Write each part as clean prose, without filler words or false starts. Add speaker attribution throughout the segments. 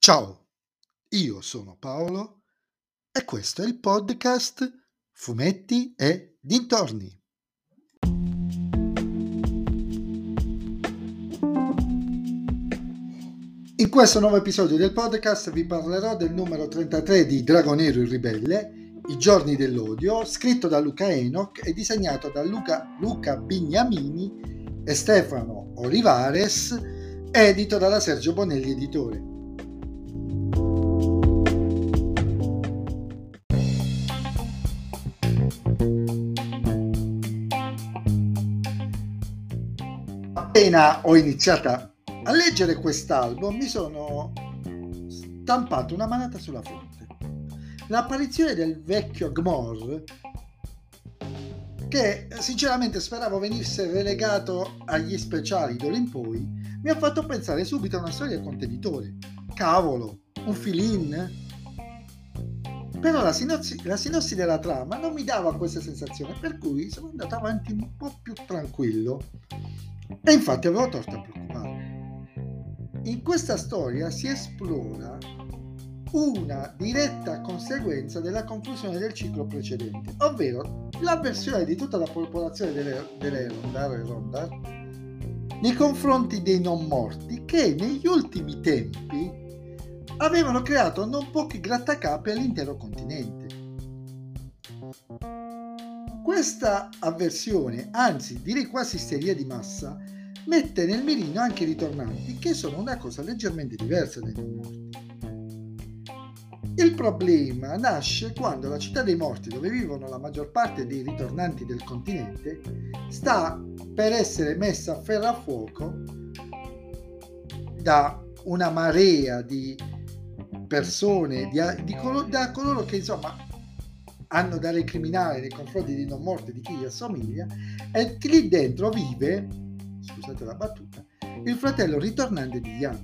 Speaker 1: Ciao, io sono Paolo e questo è il podcast Fumetti e Dintorni. In questo nuovo episodio del podcast vi parlerò del numero 33 di Dragonero il Ribelle, I giorni dell'odio, scritto da Luca Enoch e disegnato da Luca Bignamini e Stefano Olivares, edito dalla Sergio Bonelli Editore. Appena ho iniziato a leggere quest'album mi sono stampato una manata sulla fronte. L'apparizione del vecchio Gmor, che sinceramente speravo venisse relegato agli speciali d'ora in poi, mi ha fatto pensare subito a una storia contenitore. Cavolo, un fill-in? Però la sinossi della trama non mi dava questa sensazione, per cui sono andato avanti un po' più tranquillo. E infatti avevo torto a preoccuparmi. In questa storia si esplora una diretta conseguenza della conclusione del ciclo precedente, ovvero l'avversione di tutta la popolazione delle Rondar nei confronti dei non morti, che negli ultimi tempi avevano creato non pochi grattacapi all'intero continente. Questa avversione, anzi direi quasi isteria di massa, mette nel mirino anche i ritornanti, che sono una cosa leggermente diversa dai non morti. Il problema nasce quando la città dei morti, dove vivono la maggior parte dei ritornanti del continente, sta per essere messa a ferro a fuoco da una marea di persone, da coloro che insomma hanno da recriminare nei confronti di non morti, di chi gli assomiglia, e che lì dentro vive, scusate la battuta, il fratello ritornante di Jan.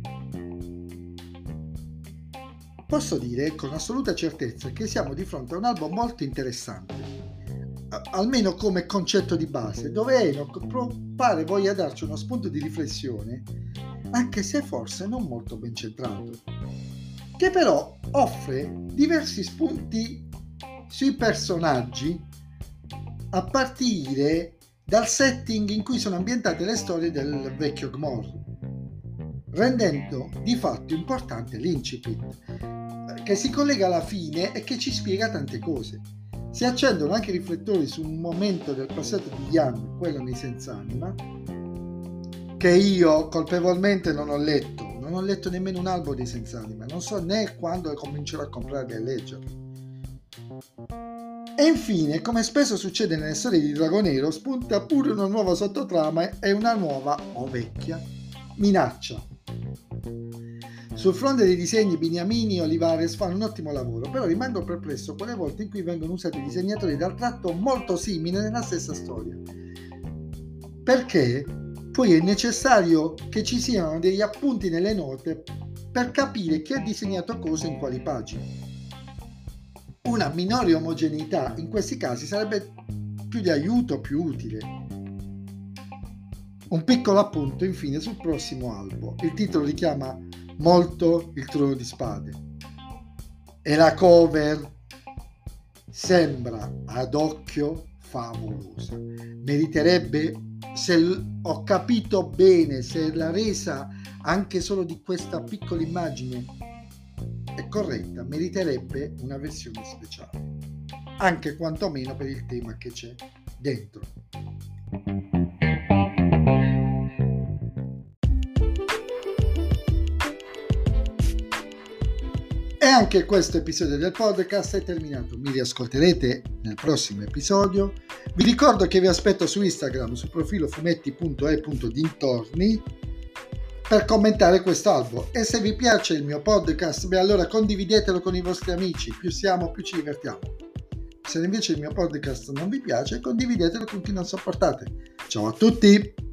Speaker 1: Posso dire con assoluta certezza che siamo di fronte a un album molto interessante, almeno come concetto di base, dove Enoch pare voglia darci uno spunto di riflessione, anche se forse non molto ben centrato, che però offre diversi spunti sui personaggi a partire dal setting in cui sono ambientate le storie del vecchio Gmor, rendendo di fatto importante l'incipit, che si collega alla fine e che ci spiega tante cose. Si accendono anche riflettori su un momento del passato di Jan, quello nei Senz'anima, che io colpevolmente non ho letto nemmeno un albo dei Senz'anima, non so né quando comincerò a comprarli e leggerli. E infine, come spesso succede nelle storie di Dragonero, spunta pure una nuova sottotrama e una nuova, o vecchia, minaccia. Sul fronte dei disegni Bignamini e Olivares fanno un ottimo lavoro, però rimango perplesso quelle volte in cui vengono usati disegnatori dal tratto molto simile nella stessa storia. Perché poi è necessario che ci siano degli appunti nelle note per capire chi ha disegnato cosa in quali pagine. Una minore omogeneità in questi casi sarebbe più di aiuto, più utile. Un piccolo appunto infine sul prossimo albo. Il titolo richiama molto il Trono di Spade e la cover sembra ad occhio favolosa. Meriterebbe, se ho capito bene, se la resa anche solo di questa piccola immagine è corretta, meriterebbe una versione speciale, anche quantomeno per il tema che c'è dentro. E anche questo episodio del podcast è terminato. Mi riascolterete nel prossimo episodio. Vi ricordo che vi aspetto su Instagram, sul profilo fumetti.e.dintorni, per commentare quest'album. E se vi piace il mio podcast, allora condividetelo con i vostri amici. Più siamo, più ci divertiamo. Se invece il mio podcast non vi piace, condividetelo con chi non sopportate. Ciao a tutti!